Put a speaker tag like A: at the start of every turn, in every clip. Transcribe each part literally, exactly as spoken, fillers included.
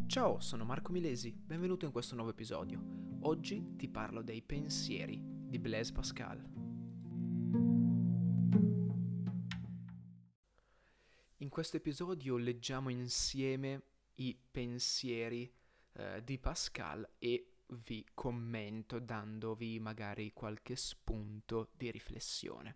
A: Ciao, sono Marco Milesi, benvenuto in questo nuovo episodio. Oggi ti parlo dei pensieri di Blaise Pascal. In questo episodio leggiamo insieme i pensieri eh, di Pascal e vi commento dandovi magari qualche spunto di riflessione.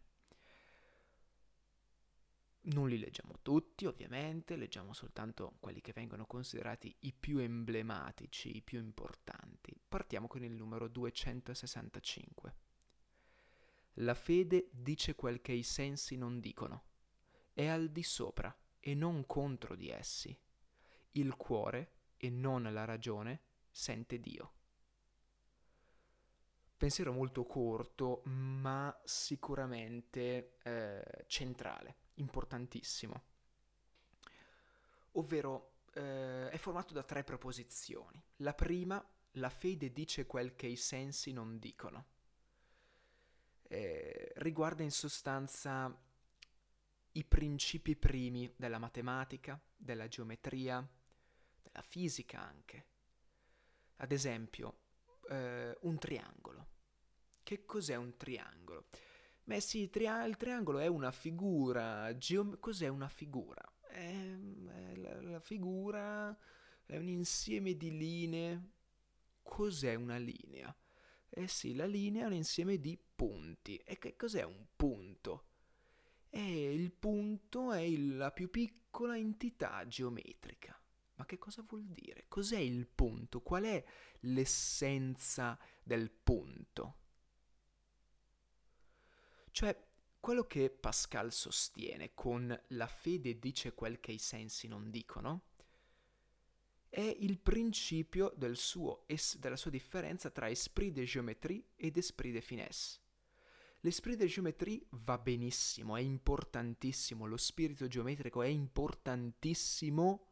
A: Non li leggiamo tutti, ovviamente, leggiamo soltanto quelli che vengono considerati i più emblematici, i più importanti. Partiamo con il numero duecentosessantacinque. La fede dice quel che i sensi non dicono. È al di sopra e non contro di essi. Il cuore, e non la ragione, sente Dio. Pensiero molto corto, ma sicuramente eh, centrale, importantissimo. Ovvero eh, è formato da tre proposizioni. La prima, la fede dice quel che i sensi non dicono. Eh, riguarda in sostanza i principi primi della matematica, della geometria, della fisica anche. Ad esempio, eh, un triangolo. Che cos'è un triangolo? Beh sì, il, tria- il triangolo è una figura. Geom- cos'è una figura? È, è la, la figura è un insieme di linee. Cos'è una linea? Eh sì, la linea è un insieme di punti. E che cos'è un punto? E il punto è il- la più piccola entità geometrica. Ma che cosa vuol dire? Cos'è il punto? Qual è l'essenza del punto? Cioè, quello che Pascal sostiene con la fede dice quel che i sensi non dicono è il principio del suo es- della sua differenza tra esprit de géométrie ed esprit de finesse. L'esprit de géométrie va benissimo, è importantissimo, lo spirito geometrico è importantissimo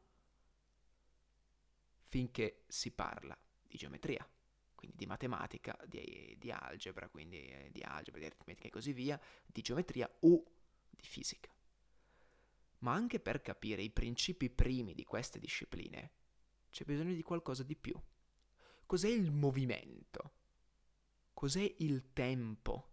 A: finché si parla di geometria, quindi di matematica, di, di algebra, quindi eh, di algebra, di aritmetica e così via, di geometria o di fisica. Ma anche per capire i principi primi di queste discipline c'è bisogno di qualcosa di più. Cos'è il movimento? Cos'è il tempo?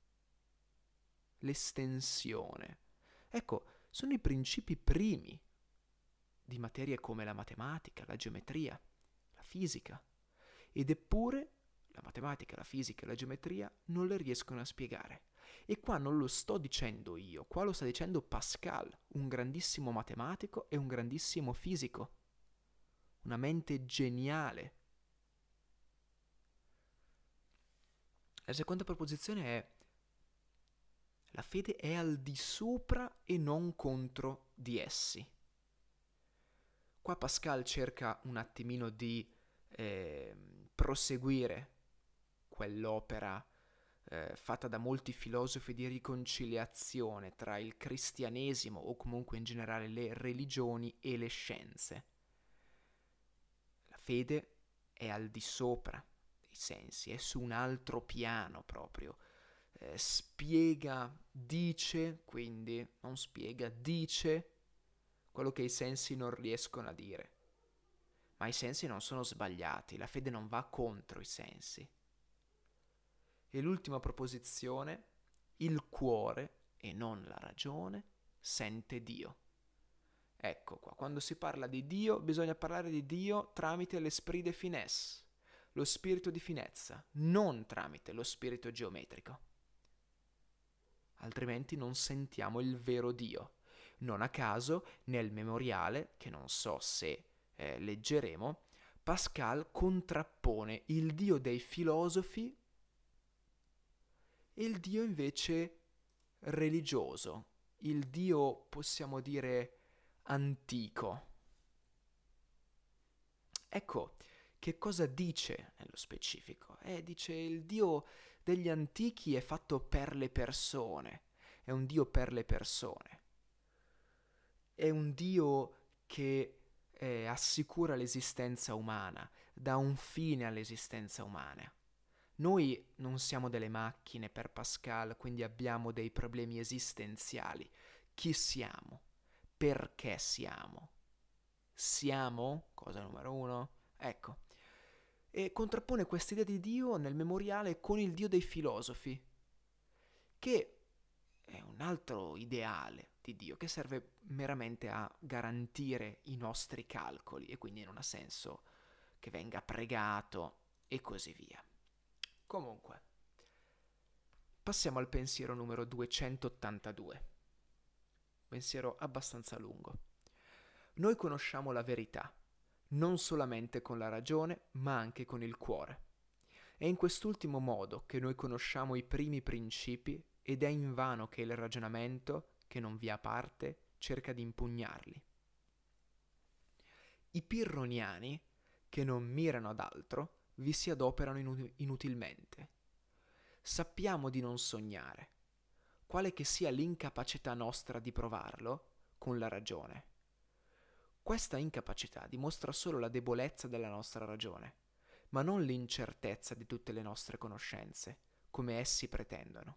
A: L'estensione? Ecco, sono i principi primi di materie come la matematica, la geometria, la fisica. Ed eppure la matematica, la fisica e la geometria non le riescono a spiegare. E qua non lo sto dicendo io, qua lo sta dicendo Pascal, un grandissimo matematico e un grandissimo fisico. Una mente geniale. La seconda proposizione è: la fede è al di sopra e non contro di essi. Qua Pascal cerca un attimino di eh, proseguire quell'opera eh, fatta da molti filosofi di riconciliazione tra il cristianesimo o comunque in generale le religioni e le scienze. La fede è al di sopra dei sensi, è su un altro piano proprio. Eh, spiega, dice, quindi non spiega, dice quello che i sensi non riescono a dire. Ma i sensi non sono sbagliati, la fede non va contro i sensi. E l'ultima proposizione, il cuore, e non la ragione, sente Dio. Ecco qua, quando si parla di Dio, bisogna parlare di Dio tramite l'esprit de finesse, lo spirito di finezza, non tramite lo spirito geometrico. Altrimenti non sentiamo il vero Dio. Non a caso, nel memoriale, che non so se eh, leggeremo, Pascal contrappone il Dio dei filosofi e il Dio invece religioso, il Dio, possiamo dire, antico. Ecco, che cosa dice nello specifico? Eh, dice il Dio degli antichi è fatto per le persone, è un Dio per le persone, è un Dio che eh, assicura l'esistenza umana, dà un fine all'esistenza umana. Noi non siamo delle macchine per Pascal, quindi abbiamo dei problemi esistenziali. Chi siamo? Perché siamo? siamo, cosa numero uno, ecco, e contrappone quest'idea di Dio nel memoriale con il Dio dei filosofi, che è un altro ideale di Dio che serve meramente a garantire i nostri calcoli e quindi non ha senso che venga pregato e così via. Comunque, passiamo al pensiero numero duecentottantadue, pensiero abbastanza lungo. Noi conosciamo la verità, non solamente con la ragione, ma anche con il cuore. È in quest'ultimo modo che noi conosciamo i primi principi ed è invano che il ragionamento, che non vi ha parte, cerca di impugnarli. I pirroniani, che non mirano ad altro, vi si adoperano inu- inutilmente. Sappiamo di non sognare, quale che sia l'incapacità nostra di provarlo, con la ragione. Questa incapacità dimostra solo la debolezza della nostra ragione, ma non l'incertezza di tutte le nostre conoscenze, come essi pretendono.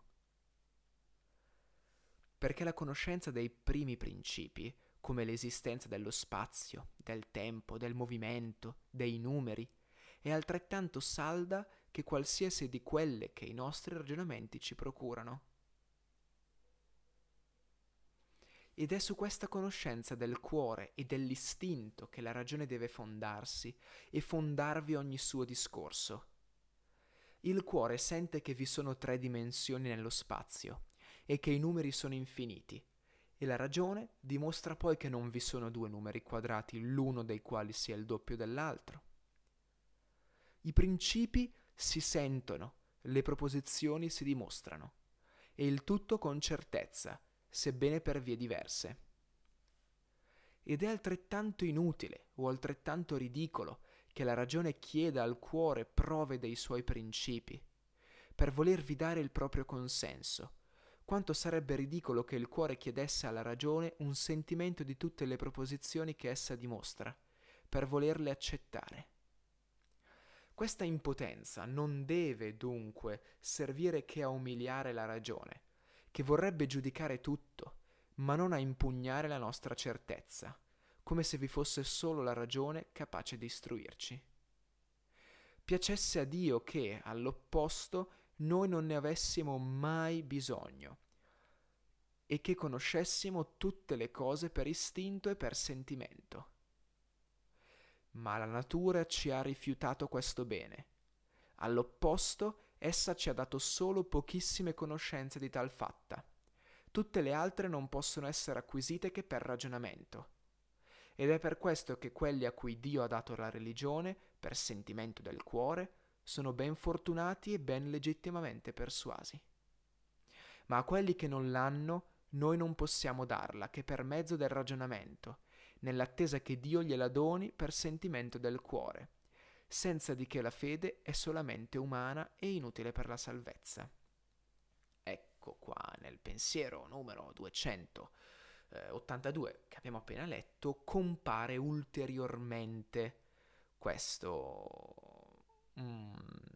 A: Perché la conoscenza dei primi principi, come l'esistenza dello spazio, del tempo, del movimento, dei numeri, è altrettanto salda che qualsiasi di quelle che i nostri ragionamenti ci procurano. Ed è su questa conoscenza del cuore e dell'istinto che la ragione deve fondarsi e fondarvi ogni suo discorso. Il cuore sente che vi sono tre dimensioni nello spazio e che i numeri sono infiniti, e la ragione dimostra poi che non vi sono due numeri quadrati, l'uno dei quali sia il doppio dell'altro. I principi si sentono, le proposizioni si dimostrano, e il tutto con certezza, sebbene per vie diverse. Ed è altrettanto inutile o altrettanto ridicolo che la ragione chieda al cuore prove dei suoi principi, per volervi dare il proprio consenso, quanto sarebbe ridicolo che il cuore chiedesse alla ragione un sentimento di tutte le proposizioni che essa dimostra, per volerle accettare. Questa impotenza non deve dunque servire che a umiliare la ragione, che vorrebbe giudicare tutto, ma non a impugnare la nostra certezza, come se vi fosse solo la ragione capace di istruirci. Piacesse a Dio che, all'opposto, noi non ne avessimo mai bisogno e che conoscessimo tutte le cose per istinto e per sentimento. Ma la natura ci ha rifiutato questo bene. All'opposto, essa ci ha dato solo pochissime conoscenze di tal fatta. Tutte le altre non possono essere acquisite che per ragionamento. Ed è per questo che quelli a cui Dio ha dato la religione, per sentimento del cuore, sono ben fortunati e ben legittimamente persuasi. Ma a quelli che non l'hanno, noi non possiamo darla che per mezzo del ragionamento, nell'attesa che Dio gliela doni per sentimento del cuore, senza di che la fede è solamente umana e inutile per la salvezza. Ecco qua nel pensiero numero duecentottantadue che abbiamo appena letto compare ulteriormente questo mm,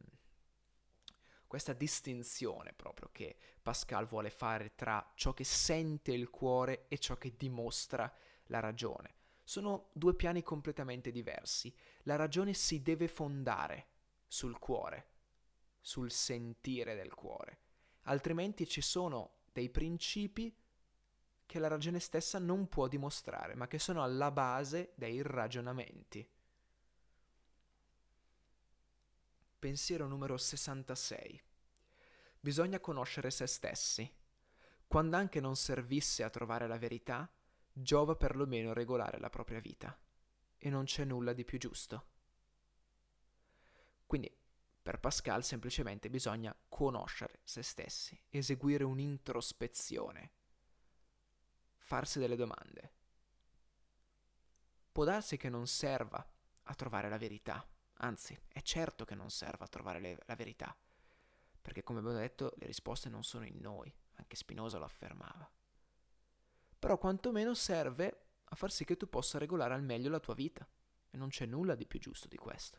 A: questa distinzione proprio che Pascal vuole fare tra ciò che sente il cuore e ciò che dimostra la ragione. Sono due piani completamente diversi. La ragione si deve fondare sul cuore, sul sentire del cuore, altrimenti ci sono dei principi che la ragione stessa non può dimostrare, ma che sono alla base dei ragionamenti. Pensiero numero sessantasei. Bisogna conoscere se stessi. Quando anche non servisse a trovare la verità, giova perlomeno regolare la propria vita. E non c'è nulla di più giusto. Quindi, per Pascal semplicemente bisogna conoscere se stessi, eseguire un'introspezione, farsi delle domande. Può darsi che non serva a trovare la verità, anzi, è certo che non serva a trovare le, la verità, perché come abbiamo detto le risposte non sono in noi, anche Spinoza lo affermava. Però quantomeno serve a far sì che tu possa regolare al meglio la tua vita, e non c'è nulla di più giusto di questo.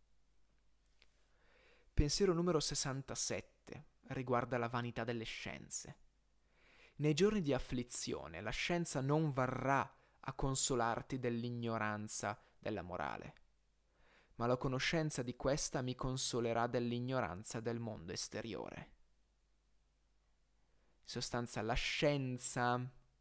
A: Pensiero numero sessantasette riguarda la vanità delle scienze. Nei giorni di afflizione la scienza non varrà a consolarti dell'ignoranza della morale, ma la conoscenza di questa mi consolerà dell'ignoranza del mondo esteriore. In sostanza, la scienza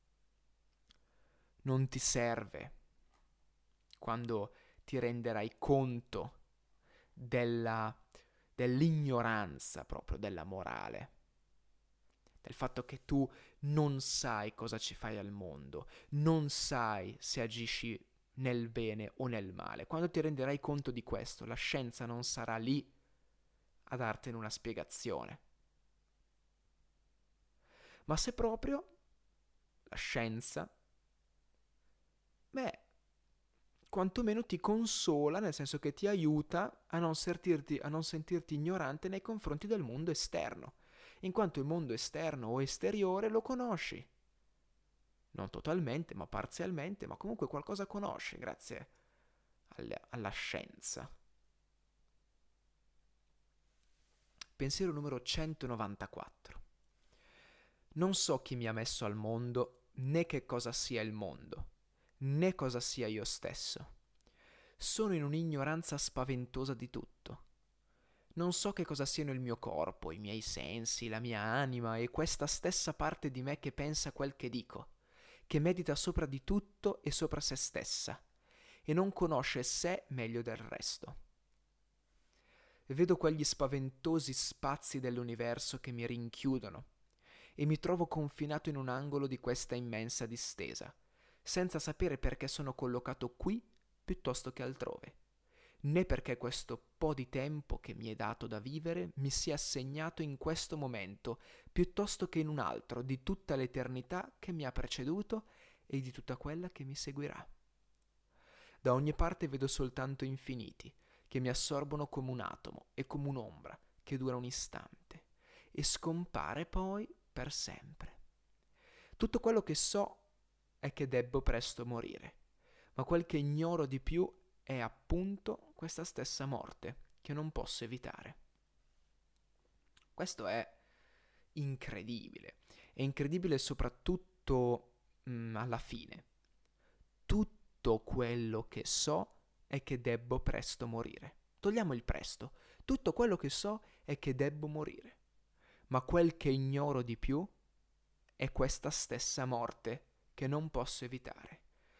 A: non ti serve quando ti renderai conto della, dell'ignoranza proprio della morale, del fatto che tu non sai cosa ci fai al mondo, non sai se agisci nel bene o nel male. Quando ti renderai conto di questo, la scienza non sarà lì a dartene una spiegazione. Ma se proprio la scienza, beh, quantomeno ti consola, nel senso che ti aiuta a non sentirti, a non sentirti ignorante nei confronti del mondo esterno, in quanto il mondo esterno o esteriore lo conosci. Non totalmente, ma parzialmente, ma comunque qualcosa conosci grazie alle, alla scienza. Pensiero numero centonovantaquattro. Non so chi mi ha messo al mondo, né che cosa sia il mondo, né cosa sia io stesso. Sono in un'ignoranza spaventosa di tutto. Non so che cosa siano il mio corpo, i miei sensi, la mia anima e questa stessa parte di me che pensa quel che dico, che medita sopra di tutto e sopra se stessa, e non conosce sé meglio del resto. Vedo quegli spaventosi spazi dell'universo che mi rinchiudono, e mi trovo confinato in un angolo di questa immensa distesa, senza sapere perché sono collocato qui piuttosto che altrove, né perché questo po' di tempo che mi è dato da vivere mi sia assegnato in questo momento piuttosto che in un altro di tutta l'eternità che mi ha preceduto e di tutta quella che mi seguirà. Da ogni parte vedo soltanto infiniti, che mi assorbono come un atomo e come un'ombra che dura un istante e scompare poi per sempre. Tutto quello che so è che debbo presto morire, ma quel che ignoro di più è appunto questa stessa morte che non posso evitare. Questo è incredibile, è incredibile soprattutto mh, alla fine. Tutto quello che so è che debbo presto morire. Togliamo il presto. Tutto quello che so è che debbo morire. Ma quel che ignoro di più è questa stessa morte che non posso evitare.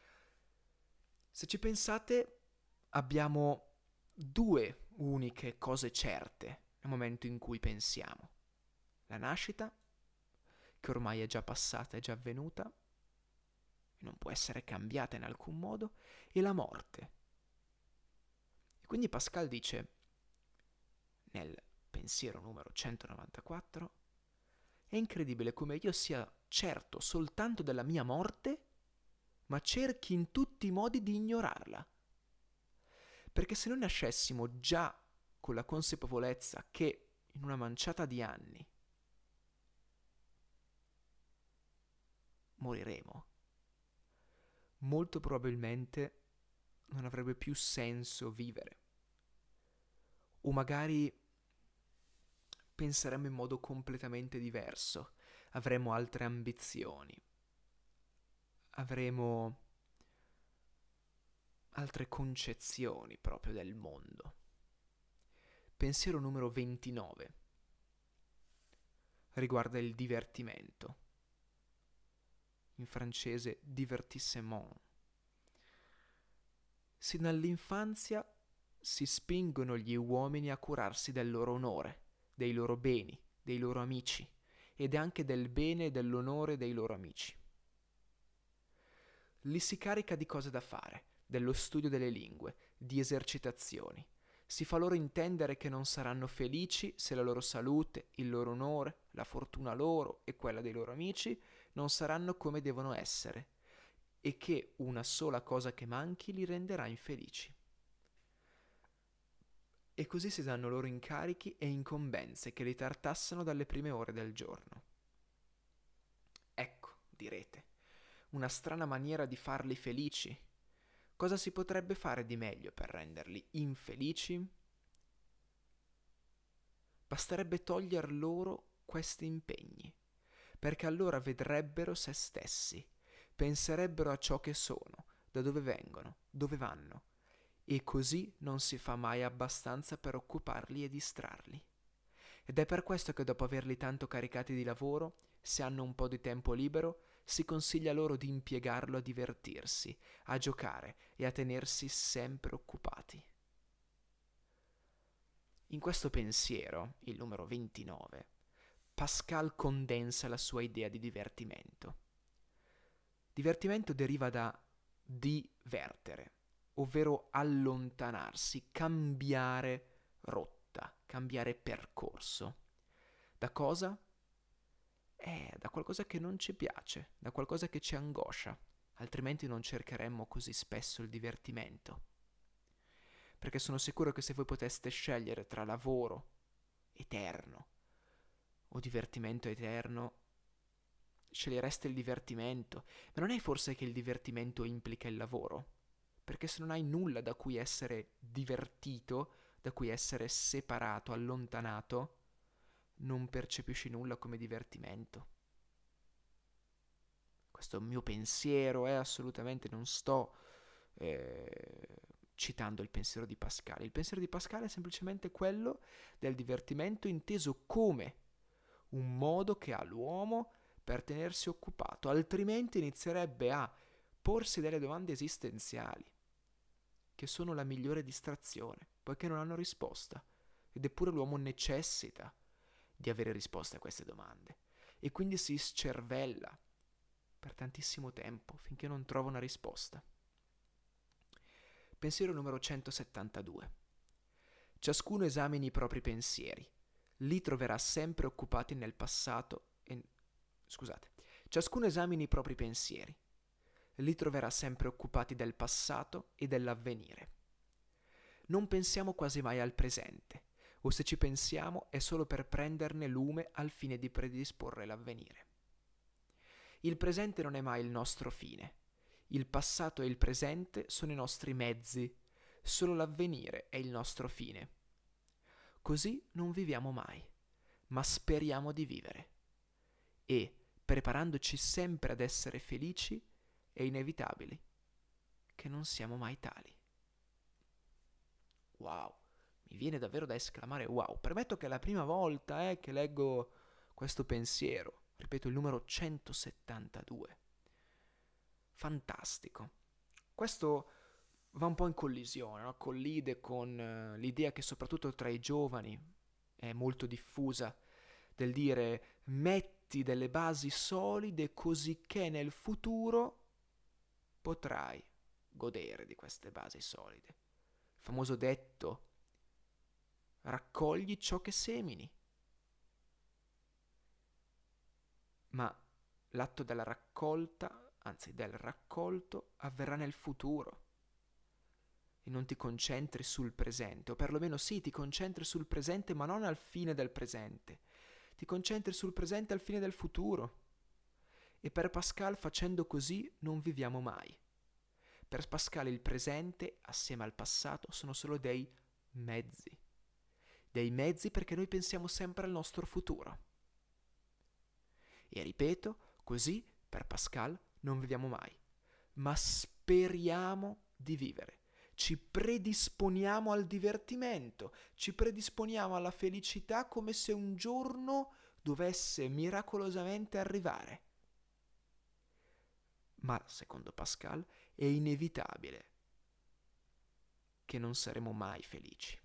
A: Se ci pensate, abbiamo due uniche cose certe nel momento in cui pensiamo. La nascita, che ormai è già passata, è già avvenuta, e non può essere cambiata in alcun modo, e la morte. E quindi Pascal dice, nel pensiero numero centonovantaquattro, è incredibile come io sia certo soltanto della mia morte, ma cerchi in tutti i modi di ignorarla. Perché se noi nascessimo già con la consapevolezza che in una manciata di anni moriremo, molto probabilmente non avrebbe più senso vivere. O magari penseremmo in modo completamente diverso, avremo altre ambizioni, avremo altre concezioni proprio del mondo. Pensiero numero ventinove riguarda il divertimento. In francese divertissement. Sin dall'infanzia si spingono gli uomini a curarsi del loro onore, dei loro beni, dei loro amici ed anche del bene e dell'onore dei loro amici. Li si carica di cose da fare, dello studio delle lingue, di esercitazioni. Si fa loro intendere che non saranno felici se la loro salute, il loro onore, la fortuna loro e quella dei loro amici non saranno come devono essere, e che una sola cosa che manchi li renderà infelici. E così si danno loro incarichi e incombenze che li tartassano dalle prime ore del giorno. Ecco, direte, una strana maniera di farli felici. Cosa si potrebbe fare di meglio per renderli infelici? Basterebbe toglier loro questi impegni, perché allora vedrebbero se stessi, penserebbero a ciò che sono, da dove vengono, dove vanno, e così non si fa mai abbastanza per occuparli e distrarli. Ed è per questo che dopo averli tanto caricati di lavoro, se hanno un po' di tempo libero, si consiglia loro di impiegarlo a divertirsi, a giocare e a tenersi sempre occupati. In questo pensiero, il numero ventinove, Pascal condensa la sua idea di divertimento. Divertimento deriva da divertere, ovvero allontanarsi, cambiare rotta, cambiare percorso. Da cosa? Eh, da qualcosa che non ci piace, da qualcosa che ci angoscia, altrimenti non cercheremmo così spesso il divertimento. Perché sono sicuro che se voi poteste scegliere tra lavoro eterno o divertimento eterno, scegliereste il divertimento. Ma non è forse che il divertimento implica il lavoro? Perché se non hai nulla da cui essere divertito, da cui essere separato, allontanato, non percepisci nulla come divertimento. Questo è un mio pensiero, eh, assolutamente non sto eh, citando il pensiero di Pascal. Il pensiero di Pascal è semplicemente quello del divertimento inteso come un modo che ha l'uomo per tenersi occupato, altrimenti inizierebbe a porsi delle domande esistenziali, che sono la migliore distrazione, poiché non hanno risposta, ed eppure l'uomo necessita di avere risposte a queste domande, e quindi si scervella per tantissimo tempo finché non trova una risposta. Pensiero numero centosettantadue. Ciascuno esamini i propri pensieri, li troverà sempre occupati nel passato e... Scusate. Ciascuno esamini i propri pensieri, li troverà sempre occupati del passato e dell'avvenire. Non pensiamo quasi mai al presente, o se ci pensiamo è solo per prenderne lume al fine di predisporre l'avvenire. Il presente non è mai il nostro fine, il passato e il presente sono i nostri mezzi, solo l'avvenire è il nostro fine. Così non viviamo mai, ma speriamo di vivere. E, preparandoci sempre ad essere felici, è inevitabile che non siamo mai tali. Wow, mi viene davvero da esclamare wow. Permetto che è la prima volta eh, che leggo questo pensiero. Ripeto, il numero centosettantadue. Fantastico. Questo va un po' in collisione, no? Collide con uh, l'idea che soprattutto tra i giovani è molto diffusa del dire metti delle basi solide così che nel futuro potrai godere di queste basi solide. Il famoso detto raccogli ciò che semini. Ma l'atto della raccolta, anzi del raccolto, avverrà nel futuro. E non ti concentri sul presente, o perlomeno sì, ti concentri sul presente, ma non al fine del presente. Ti concentri sul presente al fine del futuro. E per Pascal, facendo così, non viviamo mai. Per Pascal il presente, assieme al passato, sono solo dei mezzi. Dei mezzi perché noi pensiamo sempre al nostro futuro. E ripeto, così per Pascal non viviamo mai, ma speriamo di vivere. Ci predisponiamo al divertimento, ci predisponiamo alla felicità come se un giorno dovesse miracolosamente arrivare. Ma, secondo Pascal, è inevitabile che non saremo mai felici.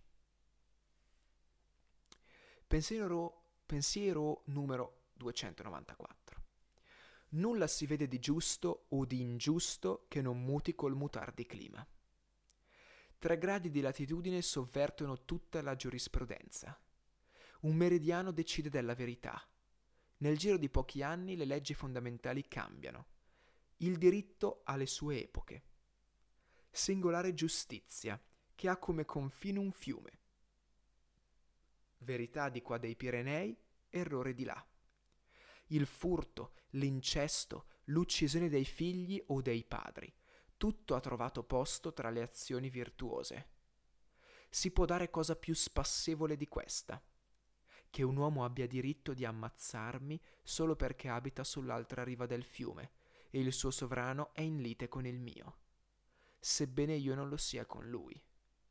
A: Pensiero, pensiero numero duecentonovantaquattro. Nulla si vede di giusto o di ingiusto che non muti col mutar di clima. Tre gradi di latitudine sovvertono tutta la giurisprudenza. Un meridiano decide della verità. Nel giro di pochi anni le leggi fondamentali cambiano. Il diritto ha le sue epoche. Singolare giustizia, che ha come confine un fiume. Verità di qua dei Pirenei, errore di là. Il furto, l'incesto, l'uccisione dei figli o dei padri, tutto ha trovato posto tra le azioni virtuose. Si può dare cosa più spassevole di questa? Che un uomo abbia diritto di ammazzarmi solo perché abita sull'altra riva del fiume, e il suo sovrano è in lite con il mio, sebbene io non lo sia con lui.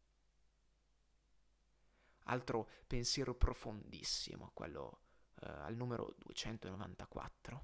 A: Altro pensiero profondissimo, quello eh, al numero duecentonovantaquattro.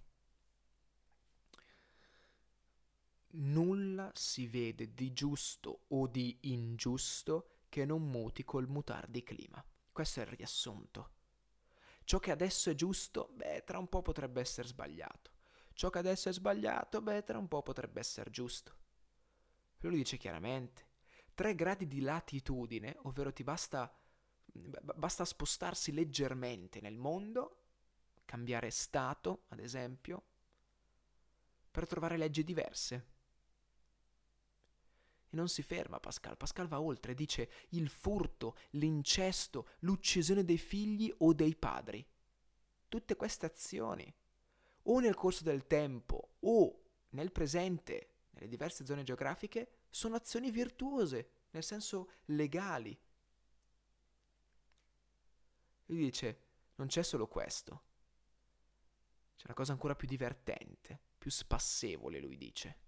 A: Nulla si vede di giusto o di ingiusto che non muti col mutar di clima. Questo è il riassunto. Ciò che adesso è giusto, beh, tra un po' potrebbe essere sbagliato. Ciò che adesso è sbagliato, beh, tra un po' potrebbe essere giusto. Lui lo dice chiaramente. Tre gradi di latitudine, ovvero ti basta, basta spostarsi leggermente nel mondo, cambiare stato, ad esempio, per trovare leggi diverse. E non si ferma Pascal, Pascal va oltre, dice il furto, l'incesto, l'uccisione dei figli o dei padri. Tutte queste azioni, o nel corso del tempo o nel presente, nelle diverse zone geografiche, sono azioni virtuose, nel senso legali. Lui dice, non c'è solo questo, c'è una cosa ancora più divertente, più spassevole, lui dice.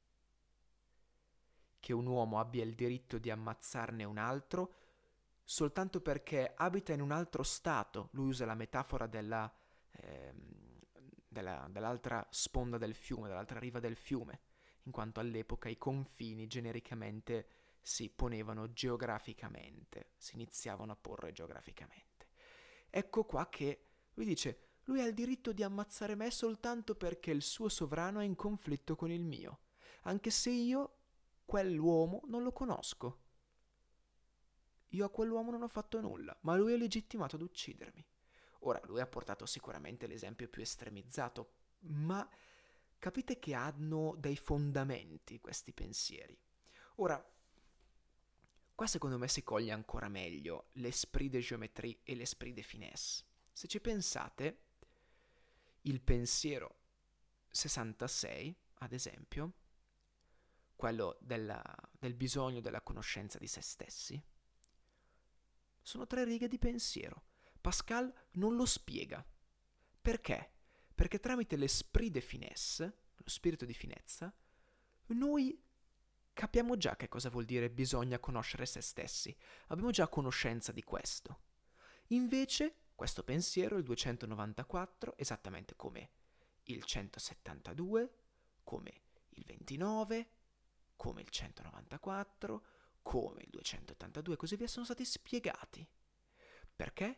A: Che un uomo abbia il diritto di ammazzarne un altro soltanto perché abita in un altro stato. Lui usa la metafora della, ehm, della, dell'altra sponda del fiume, dell'altra riva del fiume, in quanto all'epoca i confini genericamente si ponevano geograficamente, si iniziavano a porre geograficamente. Ecco qua che lui dice, lui ha il diritto di ammazzare me soltanto perché il suo sovrano è in conflitto con il mio, anche se io quell'uomo non lo conosco. Io a quell'uomo non ho fatto nulla, ma lui è legittimato ad uccidermi. Ora, lui ha portato sicuramente l'esempio più estremizzato, ma capite che hanno dei fondamenti questi pensieri. Ora, qua secondo me si coglie ancora meglio l'esprit de géométrie e l'esprit de finesse. Se ci pensate, il pensiero sessantasei, ad esempio, quello della, del bisogno della conoscenza di se stessi, sono tre righe di pensiero. Pascal non lo spiega. Perché? Perché tramite l'esprit de finesse, lo spirito di finezza, noi capiamo già che cosa vuol dire bisogna conoscere se stessi. Abbiamo già conoscenza di questo. Invece, questo pensiero, il duecentonovantaquattro, esattamente come il centosettantadue, come il ventinove, come il centonovantaquattro, come il duecentottantadue e così via, sono stati spiegati. Perché?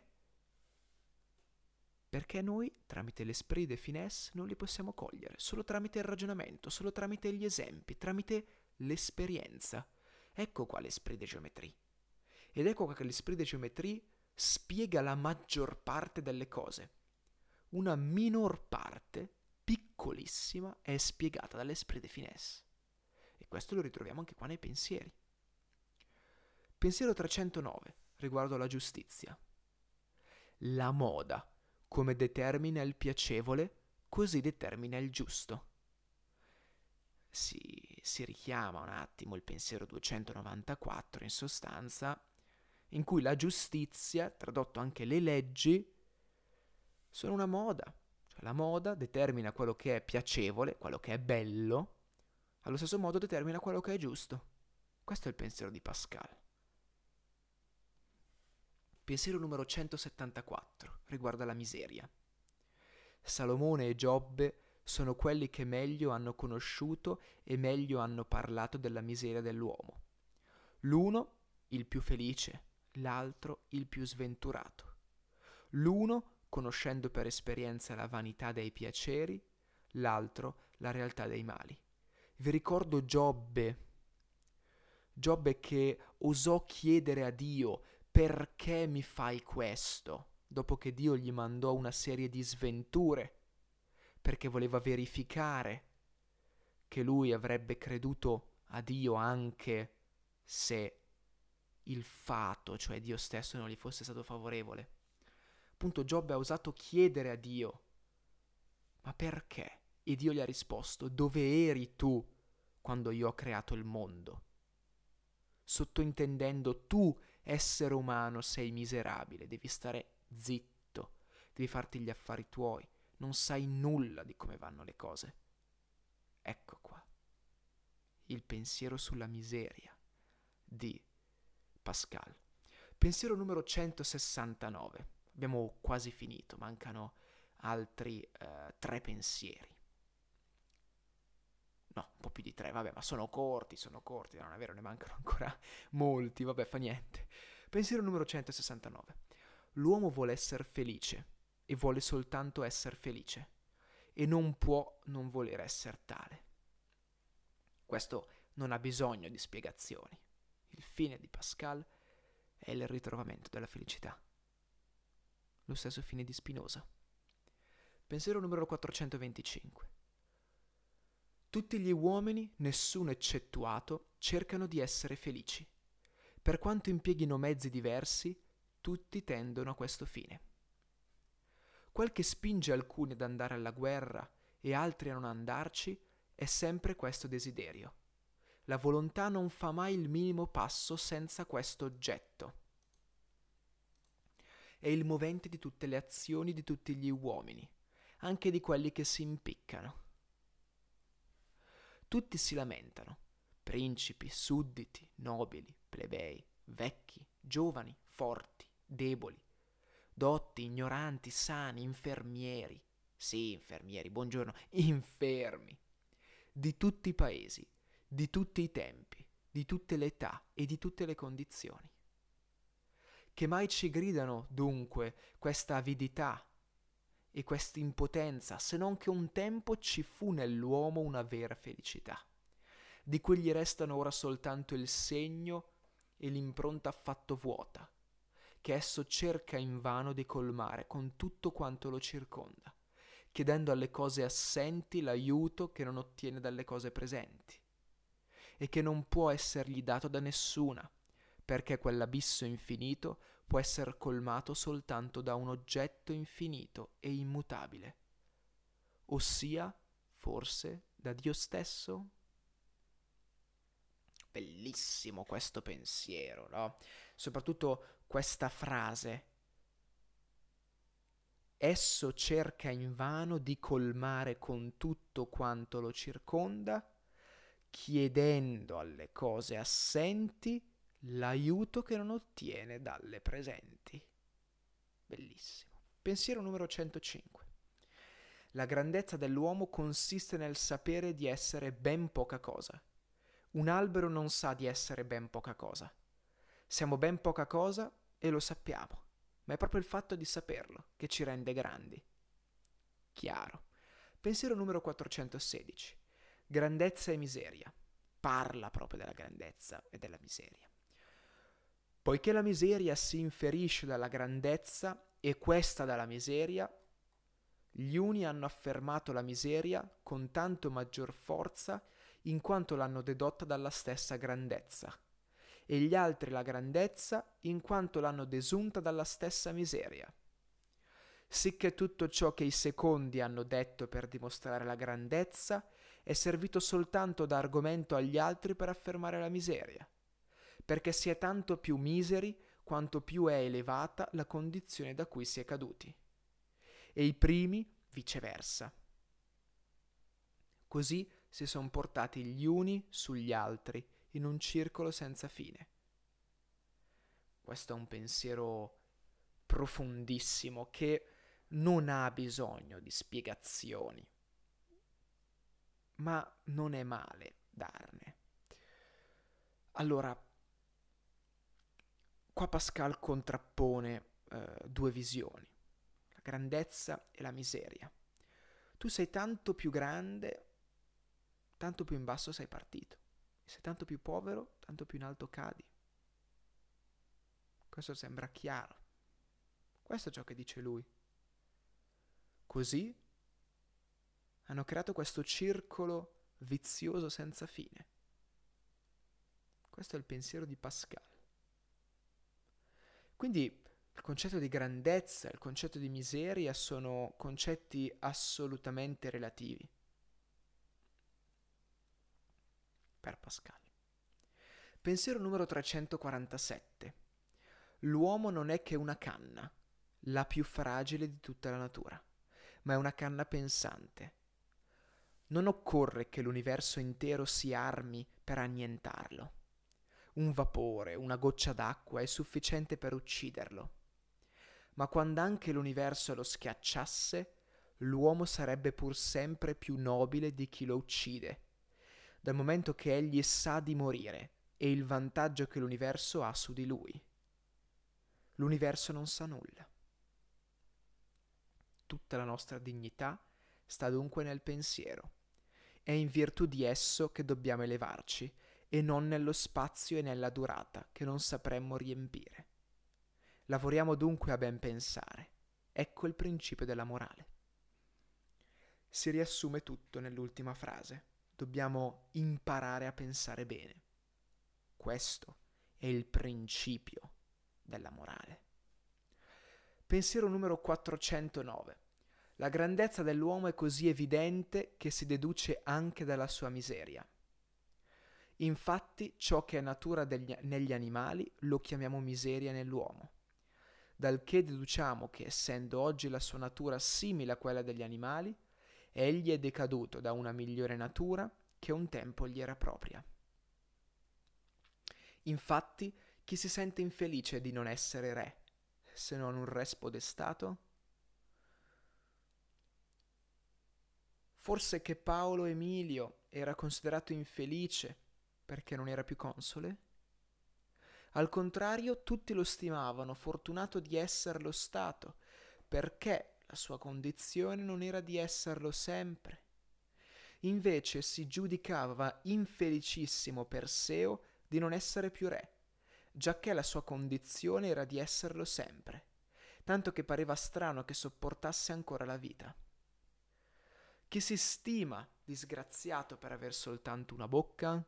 A: Perché noi, tramite l'esprit de finesse, non li possiamo cogliere, solo tramite il ragionamento, solo tramite gli esempi, tramite l'esperienza. Ecco qua l'esprit de géométrie. Ed ecco qua che l'esprit de géométrie spiega la maggior parte delle cose. Una minor parte, piccolissima, è spiegata dall'esprit de finesse. E questo lo ritroviamo anche qua nei pensieri. Pensiero trecentonove, riguardo alla giustizia. La moda, come determina il piacevole, così determina il giusto. Si, si richiama un attimo il pensiero duecentonovantaquattro, in sostanza, in cui la giustizia, tradotto anche le leggi, sono una moda. Cioè la moda determina quello che è piacevole, quello che è bello, allo stesso modo determina quello che è giusto. Questo è il pensiero di Pascal. Pensiero numero centosettantaquattro riguarda la miseria. Salomone e Giobbe sono quelli che meglio hanno conosciuto e meglio hanno parlato della miseria dell'uomo. L'uno il più felice, l'altro il più sventurato. L'uno conoscendo per esperienza la vanità dei piaceri, l'altro la realtà dei mali. Vi ricordo Giobbe, Giobbe che osò chiedere a Dio: perché mi fai questo? Dopo che Dio gli mandò una serie di sventure, perché voleva verificare che lui avrebbe creduto a Dio anche se il fato, cioè Dio stesso, non gli fosse stato favorevole. Appunto Giobbe ha osato chiedere a Dio: ma perché? E Dio gli ha risposto: dove eri tu quando io ho creato il mondo? Sottointendendo, tu, essere umano, sei miserabile, devi stare zitto, devi farti gli affari tuoi, non sai nulla di come vanno le cose. Ecco qua, il pensiero sulla miseria di Pascal. Pensiero numero centosessantanove. Abbiamo quasi finito, mancano altri eh, tre pensieri. No, un po' più di tre, vabbè, ma sono corti, sono corti, non è vero, ne mancano ancora molti, vabbè, fa niente. Pensiero numero centosessantanove. L'uomo vuole essere felice e vuole soltanto essere felice e non può non voler essere tale. Questo non ha bisogno di spiegazioni. Il fine di Pascal è il ritrovamento della felicità. Lo stesso fine di Spinoza. Pensiero numero quattrocentoventicinque. Tutti gli uomini, nessuno eccettuato, cercano di essere felici. Per quanto impieghino mezzi diversi, tutti tendono a questo fine. Quel che spinge alcuni ad andare alla guerra e altri a non andarci è sempre questo desiderio. La volontà non fa mai il minimo passo senza questo oggetto. È il movente di tutte le azioni di tutti gli uomini, anche di quelli che si impiccano. Tutti si lamentano, principi, sudditi, nobili, plebei, vecchi, giovani, forti, deboli, dotti, ignoranti, sani, infermieri, sì, infermieri, buongiorno, infermi, di tutti i paesi, di tutti i tempi, di tutte le età e di tutte le condizioni. Che mai ci gridano, dunque, questa avidità e questa impotenza, se non che un tempo ci fu nell'uomo una vera felicità, di cui gli restano ora soltanto il segno e l'impronta affatto vuota, che esso cerca invano di colmare con tutto quanto lo circonda, chiedendo alle cose assenti l'aiuto che non ottiene dalle cose presenti, e che non può essergli dato da nessuna, perché quell'abisso infinito può essere colmato soltanto da un oggetto infinito e immutabile, ossia, forse, da Dio stesso? Bellissimo questo pensiero, no? Soprattutto questa frase. Esso cerca invano di colmare con tutto quanto lo circonda, chiedendo alle cose assenti l'aiuto che non ottiene dalle presenti. Bellissimo. Pensiero numero centocinque. La grandezza dell'uomo consiste nel sapere di essere ben poca cosa. Un albero non sa di essere ben poca cosa. Siamo ben poca cosa e lo sappiamo, ma è proprio il fatto di saperlo che ci rende grandi. Chiaro. Pensiero numero quattrocentosedici. Grandezza e miseria. Parla proprio della grandezza e della miseria. Poiché la miseria si inferisce dalla grandezza e questa dalla miseria, gli uni hanno affermato la miseria con tanto maggior forza in quanto l'hanno dedotta dalla stessa grandezza, e gli altri la grandezza in quanto l'hanno desunta dalla stessa miseria. Sicché tutto ciò che i secondi hanno detto per dimostrare la grandezza è servito soltanto da argomento agli altri per affermare la miseria, perché si è tanto più miseri quanto più è elevata la condizione da cui si è caduti, e i primi viceversa. Così si sono portati gli uni sugli altri in un circolo senza fine. Questo è un pensiero profondissimo che non ha bisogno di spiegazioni, ma non è male darne. Allora, qua Pascal contrappone eh, due visioni, la grandezza e la miseria. Tu sei tanto più grande, tanto più in basso sei partito. Sei tanto più povero, tanto più in alto cadi. Questo sembra chiaro. Questo è ciò che dice lui. Così hanno creato questo circolo vizioso senza fine. Questo è il pensiero di Pascal. Quindi il concetto di grandezza e il concetto di miseria sono concetti assolutamente relativi per Pascal. Pensiero numero trecentoquarantasette. L'uomo non è che una canna, la più fragile di tutta la natura, ma è una canna pensante. Non occorre che l'universo intero si armi per annientarlo. Un vapore, una goccia d'acqua è sufficiente per ucciderlo. Ma quando anche l'universo lo schiacciasse, l'uomo sarebbe pur sempre più nobile di chi lo uccide, dal momento che egli sa di morire e il vantaggio che l'universo ha su di lui. L'universo non sa nulla. Tutta la nostra dignità sta dunque nel pensiero. È in virtù di esso che dobbiamo elevarci e non nello spazio e nella durata che non sapremmo riempire. Lavoriamo dunque a ben pensare. Ecco il principio della morale. Si riassume tutto nell'ultima frase. Dobbiamo imparare a pensare bene. Questo è il principio della morale. Pensiero numero quattrocentonove. La grandezza dell'uomo è così evidente che si deduce anche dalla sua miseria. Infatti, ciò che è natura degli, negli animali lo chiamiamo miseria nell'uomo, dal che deduciamo che, essendo oggi la sua natura simile a quella degli animali, egli è decaduto da una migliore natura che un tempo gli era propria. Infatti, chi si sente infelice di non essere re, se non un re spodestato? Forse che Paolo Emilio era considerato infelice perché non era più console? Al contrario, tutti lo stimavano fortunato di esserlo stato, perché la sua condizione non era di esserlo sempre. Invece si giudicava infelicissimo Perseo di non essere più re, giacché la sua condizione era di esserlo sempre, tanto che pareva strano che sopportasse ancora la vita. Chi si stima disgraziato per aver soltanto una bocca?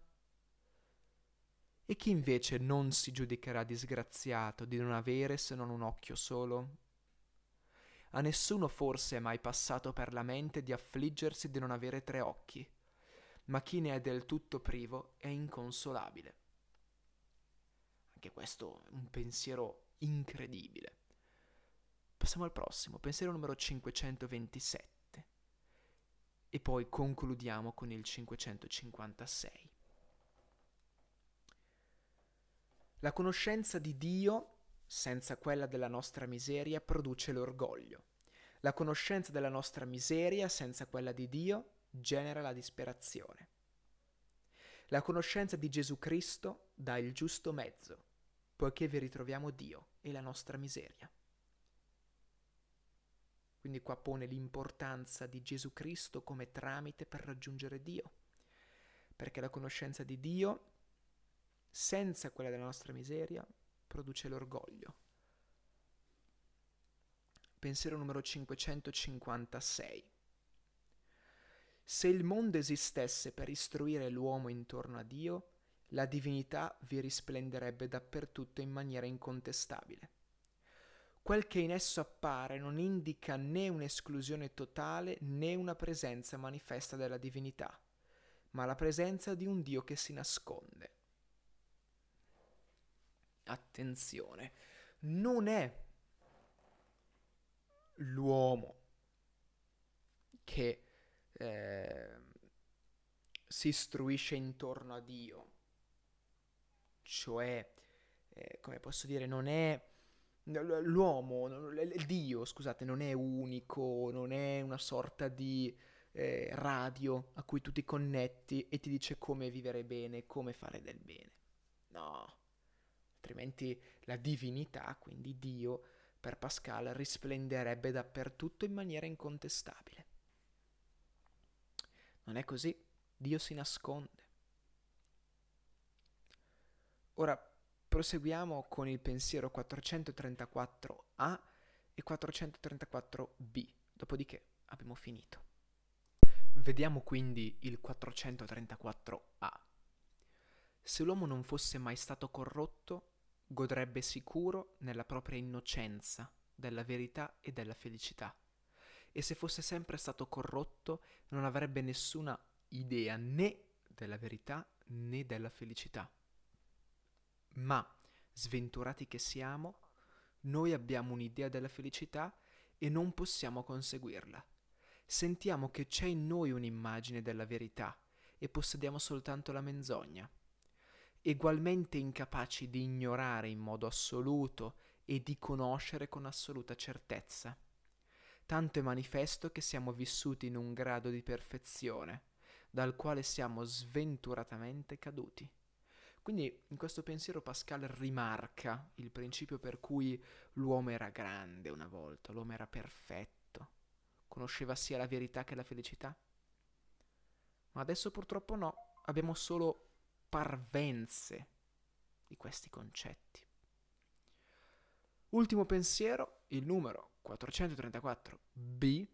A: E chi invece non si giudicherà disgraziato di non avere se non un occhio solo? A nessuno forse è mai passato per la mente di affliggersi di non avere tre occhi, ma chi ne è del tutto privo è inconsolabile. Anche questo è un pensiero incredibile. Passiamo al prossimo, pensiero numero cinquecentoventisette. E poi concludiamo con il cinquecentocinquantasei. La conoscenza di Dio, senza quella della nostra miseria, produce l'orgoglio. La conoscenza della nostra miseria, senza quella di Dio, genera la disperazione. La conoscenza di Gesù Cristo dà il giusto mezzo, poiché vi ritroviamo Dio e la nostra miseria. Quindi qua pone l'importanza di Gesù Cristo come tramite per raggiungere Dio, perché la conoscenza di Dio, senza quella della nostra miseria, produce l'orgoglio. Pensiero numero cinquecentocinquantasei. Se il mondo esistesse per istruire l'uomo intorno a Dio, la divinità vi risplenderebbe dappertutto in maniera incontestabile. Quel che in esso appare non indica né un'esclusione totale né una presenza manifesta della divinità, ma la presenza di un Dio che si nasconde. Attenzione, non è l'uomo che eh, si istruisce intorno a Dio, cioè, eh, come posso dire, non è l'uomo, il Dio, scusate, non è unico, non è una sorta di eh, radio a cui tu ti connetti e ti dice come vivere bene, come fare del bene. No, altrimenti la divinità, quindi Dio, per Pascal risplenderebbe dappertutto in maniera incontestabile. Non è così, Dio si nasconde. Ora proseguiamo con il pensiero quattrocentotrentaquattro A e quattrocentotrentaquattro B, dopodiché abbiamo finito. Vediamo quindi il quattrocentotrentaquattro A. Se l'uomo non fosse mai stato corrotto, godrebbe sicuro nella propria innocenza della verità e della felicità. E se fosse sempre stato corrotto, non avrebbe nessuna idea né della verità né della felicità. Ma, sventurati che siamo, noi abbiamo un'idea della felicità e non possiamo conseguirla, sentiamo che c'è in noi un'immagine della verità e possediamo soltanto la menzogna. Egualmente incapaci di ignorare in modo assoluto e di conoscere con assoluta certezza. Tanto è manifesto che siamo vissuti in un grado di perfezione, dal quale siamo sventuratamente caduti. Quindi in questo pensiero Pascal rimarca il principio per cui l'uomo era grande una volta, l'uomo era perfetto, conosceva sia la verità che la felicità. Ma adesso purtroppo no, abbiamo solo parvenze di questi concetti. Ultimo pensiero, il numero quattrocentotrentaquattro B.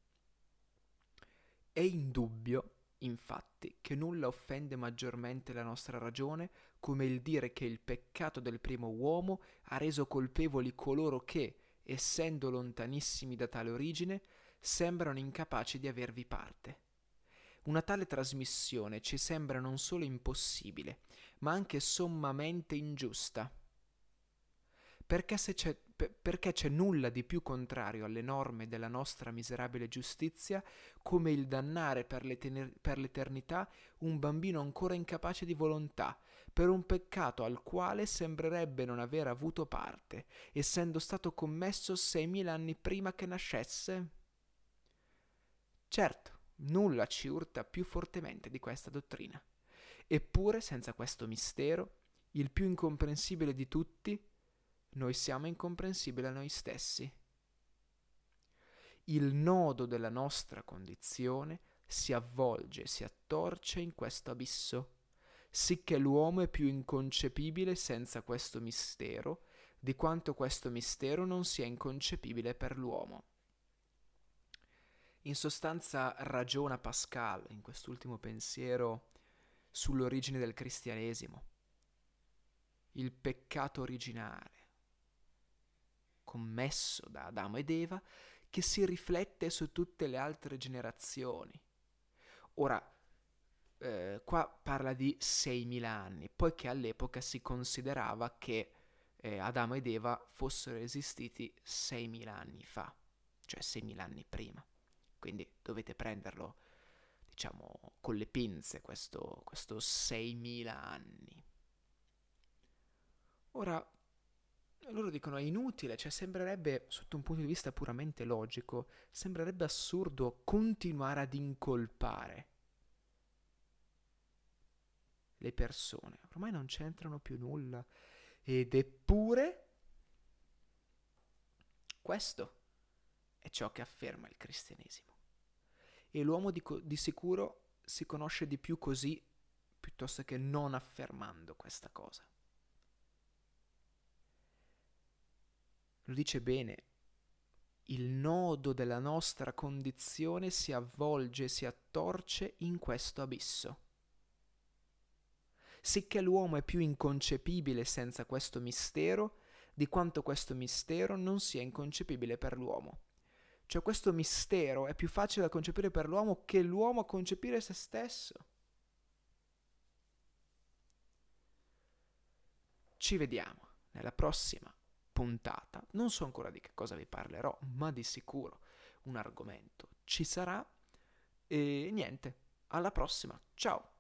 A: È indubbio, infatti, che nulla offende maggiormente la nostra ragione come il dire che il peccato del primo uomo ha reso colpevoli coloro che, essendo lontanissimi da tale origine, sembrano incapaci di avervi parte. Una tale trasmissione ci sembra non solo impossibile, ma anche sommamente ingiusta. Perché, se c'è, perché c'è nulla di più contrario alle norme della nostra miserabile giustizia come il dannare per, l'eter- per l'eternità un bambino ancora incapace di volontà, per un peccato al quale sembrerebbe non aver avuto parte, essendo stato commesso seimila anni prima che nascesse? Certo, nulla ci urta più fortemente di questa dottrina. Eppure, senza questo mistero, il più incomprensibile di tutti, noi siamo incomprensibili a noi stessi. Il nodo della nostra condizione si avvolge, si attorce in questo abisso, sicché l'uomo è più inconcepibile senza questo mistero, di quanto questo mistero non sia inconcepibile per l'uomo. In sostanza ragiona Pascal, in quest'ultimo pensiero, sull'origine del cristianesimo. Il peccato originale, commesso da Adamo ed Eva, che si riflette su tutte le altre generazioni. Ora, eh, qua parla di seimila anni, poiché all'epoca si considerava che eh, Adamo ed Eva fossero esistiti seimila anni fa, cioè seimila anni prima. Quindi dovete prenderlo, diciamo, con le pinze, questo, questo seimila anni. Ora, loro dicono è inutile, cioè sembrerebbe, sotto un punto di vista puramente logico, sembrerebbe assurdo continuare ad incolpare le persone. Ormai non c'entrano più nulla. Ed eppure, questo è ciò che afferma il cristianesimo. E l'uomo di, co- di sicuro si conosce di più così, piuttosto che non affermando questa cosa. Lo dice bene, il nodo della nostra condizione si avvolge, si attorce in questo abisso. Sicché l'uomo è più inconcepibile senza questo mistero, di quanto questo mistero non sia inconcepibile per l'uomo. Cioè questo mistero è più facile da concepire per l'uomo che l'uomo concepire se stesso. Ci vediamo nella prossima puntata. Non so ancora di che cosa vi parlerò, ma di sicuro un argomento ci sarà. E niente, alla prossima. Ciao!